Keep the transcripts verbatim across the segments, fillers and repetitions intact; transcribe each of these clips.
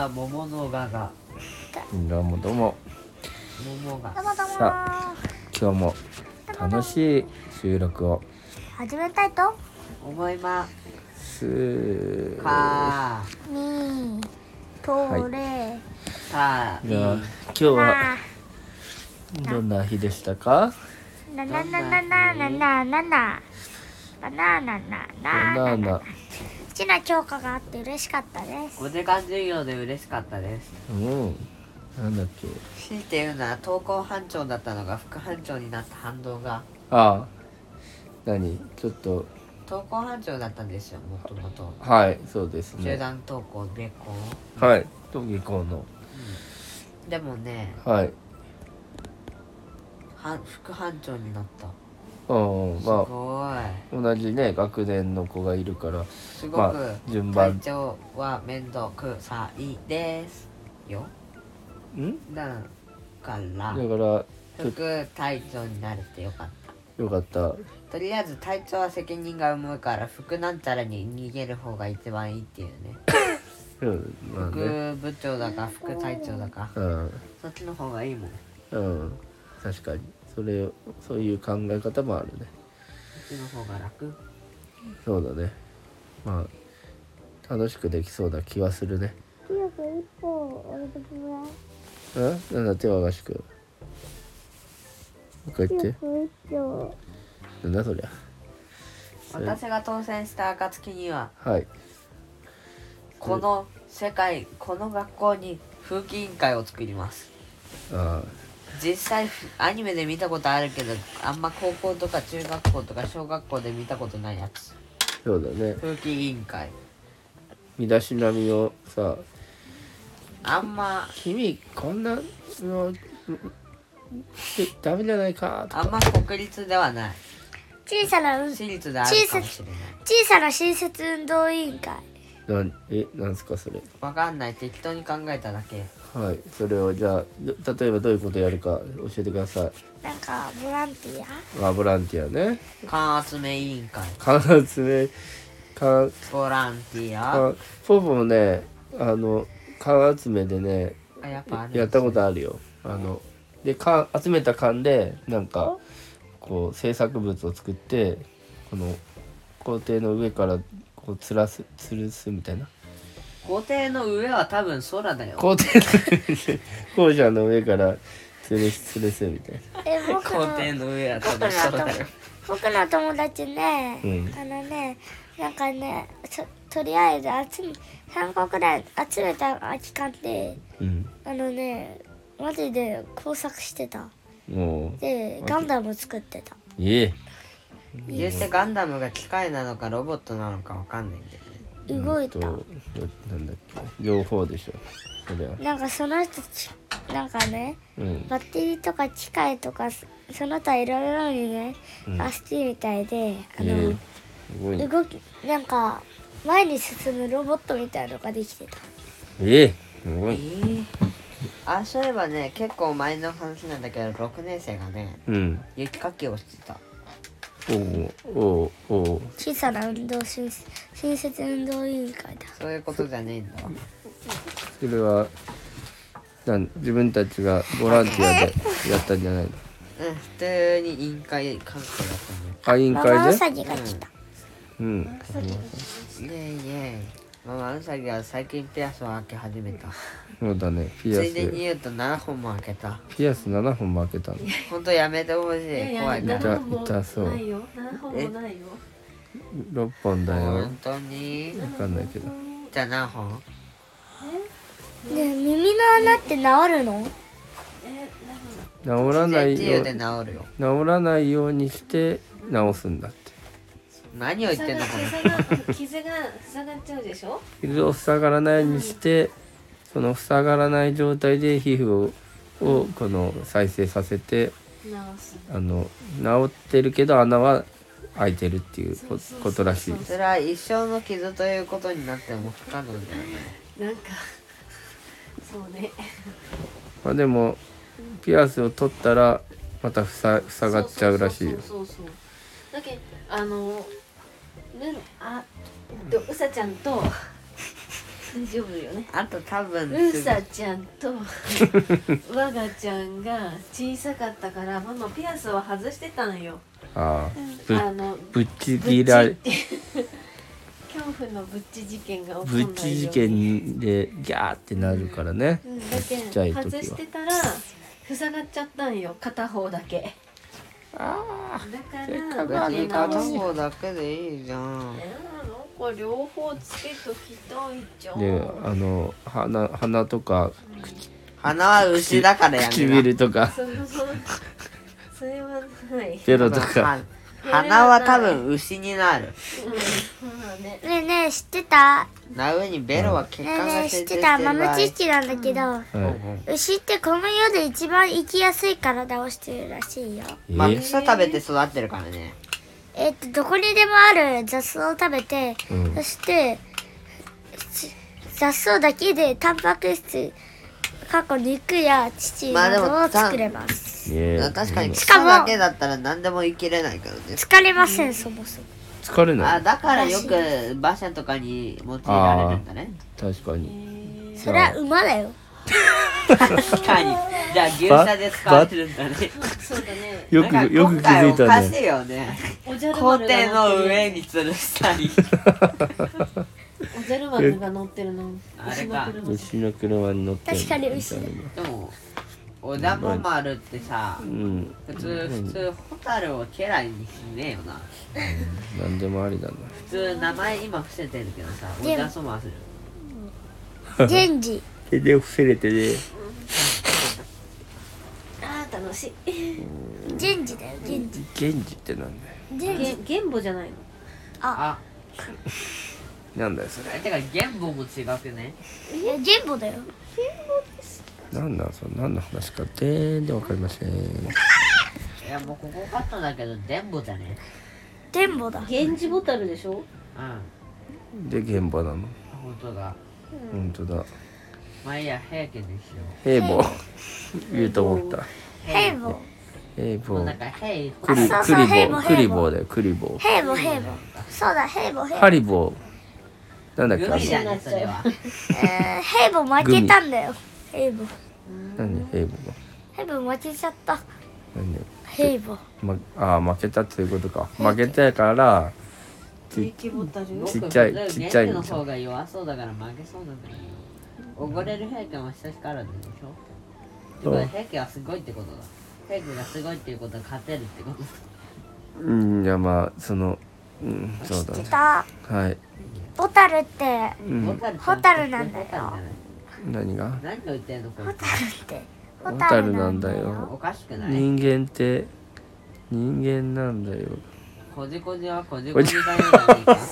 桃のががどうもどうも。 桃がどうもどうもさあ今日も楽しい収録を始めたいと思いますす。 かみとれさあじゃあ今日はどんな日でしたか？ なななななななななバナナなバナななナ。 好きな教科があって嬉しかったですごじかん授業で嬉しかったです。 うん。なんだっけ。 強いて言うなら登校班長だったのが副班長になった反動がああ。何？ちょっと登校班長だったんですよ、もともとはいそうですね。 集団登校下校。 はい。と下校のでもねはい。 は副班長になった。 うんすまごい、 あ同じね学年の子がいるからすごく、 まあ順隊番長はめんどくさいですよ。 ん？ だからだから副隊長になれてよかった。 よかった。 とりあえず隊長は責任が重いから副なんちゃらに逃げる方が一番いいっていうね。 うんまあね。 副部長だか副隊長だかうんそっちの方がいいもん。 うん確かにそれそういう考え方もあるね。 そっちの方が楽。 そうだね。まあ楽しくできそうな気はするね。 ピヨコ一本俺とくもうんなんだ手を合わしく。もう一回言って。 コ一本なんだそりゃ。 私が当選した暁にははい。 この世界この学校に風紀委員会を作ります。 あ実際アニメで見たことあるけどあんま高校とか中学校とか小学校で見たことないやつ。 あそうだね。 風紀委員会身だしなみをさあんま君こんなのしてダメじゃないかとか。 あんま国立ではない。 小さなうん私立であるかもしれない。 小さな新設運動委員会なんえなんすかそれ。 わかんない、適当に考えただけ。 はいそれをじゃあど例えばどういうことやるか教えてください。 なんかボランティアあボランティアね。 缶集め委員会缶集め缶ボランティア缶ポポもねあの缶集めでねあやっぱあるんですねやったことあるよ。あので缶集めた缶でなんかこう制作物を作ってこの校庭の上からこう吊らす吊るすみたいな。 校庭の上は多分空だよ。 校庭の校舎の上から吊るす吊るすみたいな。 え僕校の庭の上は多僕の分空だよ。 僕の友達ね、 うんあのねなんかねととりあえず集めさんこくらい集めた空き缶でうんあのねマジで工作してた。 もでガンダム作ってた。 ういえ言うてガンダムが機械なのかロボットなのかわかんないんだよね。 動いた。 うんとなんだっけ両方でしょそれは。 なんかその人たちなんかねうんバッテリーとか機械とかそその他いろいろにねうん走ってみたいで、 えあーの、 すごいね。 動きなんか前に進むロボットみたいのができてた。 えーすごえい。 ー、あそういえばね結構前の話なんだけどろくねん生がねうん雪かきをしてた。 おうおうおう小さな運動新新設運動委員会だ。 そういうことじゃねえんだ。 それはなん自分たちがボランティアでやったんじゃないの？ うん普通に委員会関係だったあ委員ママウ会でサギが来た。 うんね。イエイイエイ。ママウサギは最近ピアスを開け始めた。 そうだねピアついでにス言うとななほんも開けた。 ピアスななほんも開けたの。 ほんとやめてほしい。怖いから。 痛痛そうないよ。ななほんもないよ。 ろっぽんだよ。 本当にわかんないけどじゃあ何本？ ねえ耳の穴って治るの？ 治らない治よで治るよ。 治らないようにして治すんだって。 何を言ってんのか傷が傷が塞がっちゃうでしょ。 傷を塞がらないようにしてその塞がらない状態で皮膚ををこの再生させて直す。 あの治ってるけど穴は開いてるっていうこことらしいでな。 す。 それは一生の傷ということになっても不可能だよね。 なんかそうね。 まあでもピアスを取ったらまた塞塞がっちゃうらしいよ。 そうそうそうそう。だけあのぬあとうさちゃんと大丈夫よね。 あと多分うさちゃんと我がちゃんが小さかったからママピアスを外してたんよ。 ああ、ぶあのぶっちぎられぶっち恐怖のぶっち事件が起こんないように。 ぶっち事件でギャーってなるからね、 うん、だけちっちゃい時は外してたら塞がっちゃったんよ、片方だけ。 あだかせっかくあるら出片直し。 方だけでいいじゃん。 えーなんか両方つけときたいじゃん。 であの鼻鼻とか鼻は牛だからやめな。 唇とかそのそのそれはない。 ベロとはか鼻は多分牛になる。 うん、まあね。 ねえねえ知ってた？ な上にベロは血ねえ管ねえ知ってが集中してるた？豆場合。 知識なんだけど、 はい牛ってこの世で一番生きやすい体をしてるらしいよ。 まあえ草食べて育ってるからね。 えっとどこにでもある雑草を食べて、 うんそしてし雑草だけでタンパク質、過去肉や乳まあでもなどを作れます。 ええ確かにしかも草だけだったら何でも生きれないからね。 疲れません、そもそも。 疲れないあ、だからよく馬車とかに用いられるんだね。 確かにそれは馬だよ。 確かに。じゃあ牛舎で使われるんだね。 そうだね。 よなんかくよく気づいた今回おかねしいよね。 おじゃる校丸が庭乗ってるの上に吊るしたり。 おじゃる丸が乗ってるの。 あれか牛の車に乗ってる確かに牛でも、おじゃま丸ってさう、ん普通、普通、ホタルを家来にしねえよな。 なんでもありだな普通、名前今伏せてるけどさ、おじゃそまする。 源氏。 手で伏せれてねあー楽しい。 源氏だよ、源氏。 源氏ってなんだよ源氏。 げ玄母じゃないの。 あ、 なんだよそれてか、玄母も違くね。 いや、玄母だよ。 なんだそれ何の話か全然わかりませんいや、もうここカットだけど、伝母だね。 伝母だ。 源氏ボタルでしょ。 うん、 で現場なの本当だ。 本当だまあいいや、平家ですよ。 平母言うと思った平母。 平母もうなんか、平クリあそうそうクリボウ平母クリボウだよクリボウ平母、平母。そうだ、平母、平母。 ハリボウなんだっけあれグミだね、それは。 えー、平母負けたんだよ。平母。 何平母平母負けちゃった。 何平母。 ま、ああ負けたっていうことか負けたから平家ボタル。 ちっちゃい僕ちっちゃいんでしょ元気の方が弱そうだから負けそうなんだけど。おごれる平家も久しからでしょ。 そうだから平家はすごいってことだ。平家がすごいっていうことは勝てるってことだ。 うんいやまあそのうんそうだね知ってた？ はいボタルって、 うんホタルホタルなんだよホタルじゃない何が何を言ってんのこれホタルって。 ホタルなんだよおかしくない人間って人間なんだよこじこじはこじこじだよじゃねえか。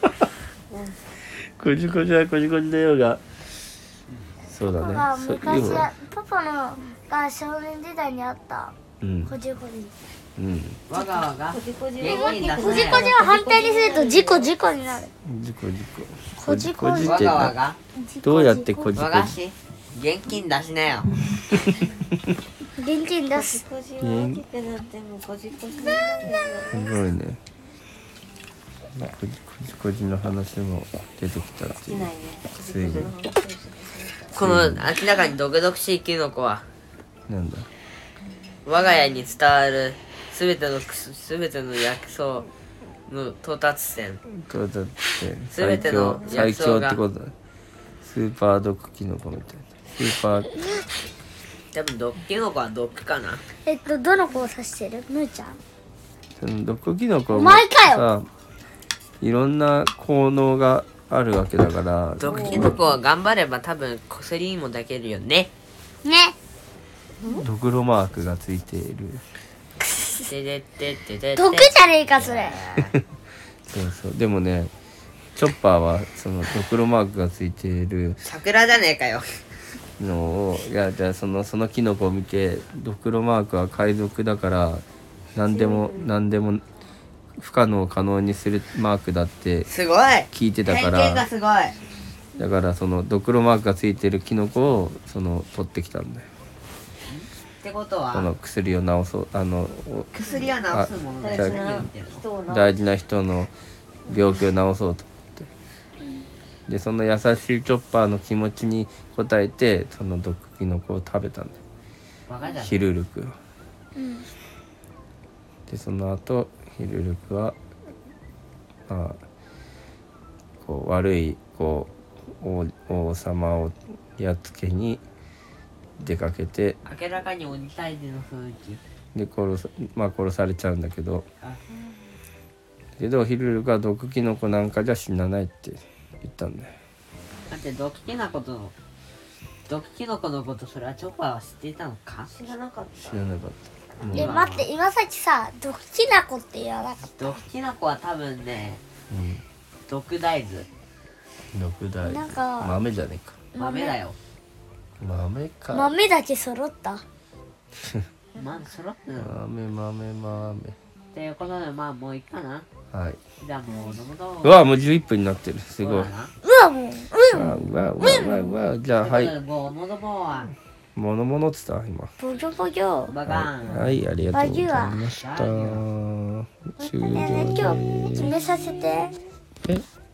こじこじはこじこじだよがそうだパパがねそ昔要はは、パパのが少年時代にあった。 うんこじこじ。 うん我が我がこじこじ元気に出はこじこじは反対にすると事故事故になる。 事故事故こじこじ我ってなが我がどうやってこじこ和菓子現金出しなよ。 現金出こじす。 こじは大きくなってもこじこじになるすごいねこじこじこじの話も出てきたっていう好きないね。こじこついにじの話をしてこの明らかに毒々しいキノコはなんだ我が家に伝わるすべてのすべての薬草の到達点。 どうだって全最ての強最強薬草がってことだスーパー毒キノコみたいなスーパー多分毒キノコは毒かな。 えっと、どの子を指してる？むーちゃん？ その毒キノコおも前かよさいろんな効能があるわけだから毒キノコは頑張れば多分薬にもできるよね。 ね。 ドクロマークがついているてでってってでって毒じゃねえか、それ。 そうそうでもねチョッパーはそのドクロマークがついている桜じゃねえかよ。 のをいやじゃあそのそのキノコを見てドクロマークは海賊だから何でも何でも不可能を可能にするマークだってすごい聞いてたか偏見がらすごい。 だからそのドクロマークがついてるキノコをその取ってきたんだよってことこはの薬を治そうあのお薬は治すものだよ。 あじゃあ何を言ってるの人をな大事な人の病気を治そうとでその優しいチョッパーの気持ちに応えてその毒キノコを食べたんだよバカじゃん。 ヒルルクは。 うんでその後ヒルルクはまあこう悪いこう王、王様をやっつけに出かけて、 明らかに鬼退治の雰囲気。 で殺さ、まあ、殺されちゃうんだけどあけどヒルルクは毒キノコなんかじゃ死なないって言ったんだよ。 だって毒キノコとの毒キノコのことそれはチョッパーは知っていたのか。 知らなかった知らなかったもう、 え待って今さっきさ毒きなこって言わなかっ毒キノコは多分ねうん、 毒大豆毒大なんか豆じゃねえか豆だよ。 豆かた豆だけ揃ったまあ揃ってるの。っ豆豆豆ていうことでまあもういいかな。 はい。 じゃあもうどもども。 うわもうじゅういっぷんになってるすごい。 そうだなうわもううんわうわうわうわうわじゃあはいということでもうもどもはものものっつった今。 ボジョボジョバカーン。 はいありがとうございました。 バギュ終了ねえねえ今日です。 決めさせてえ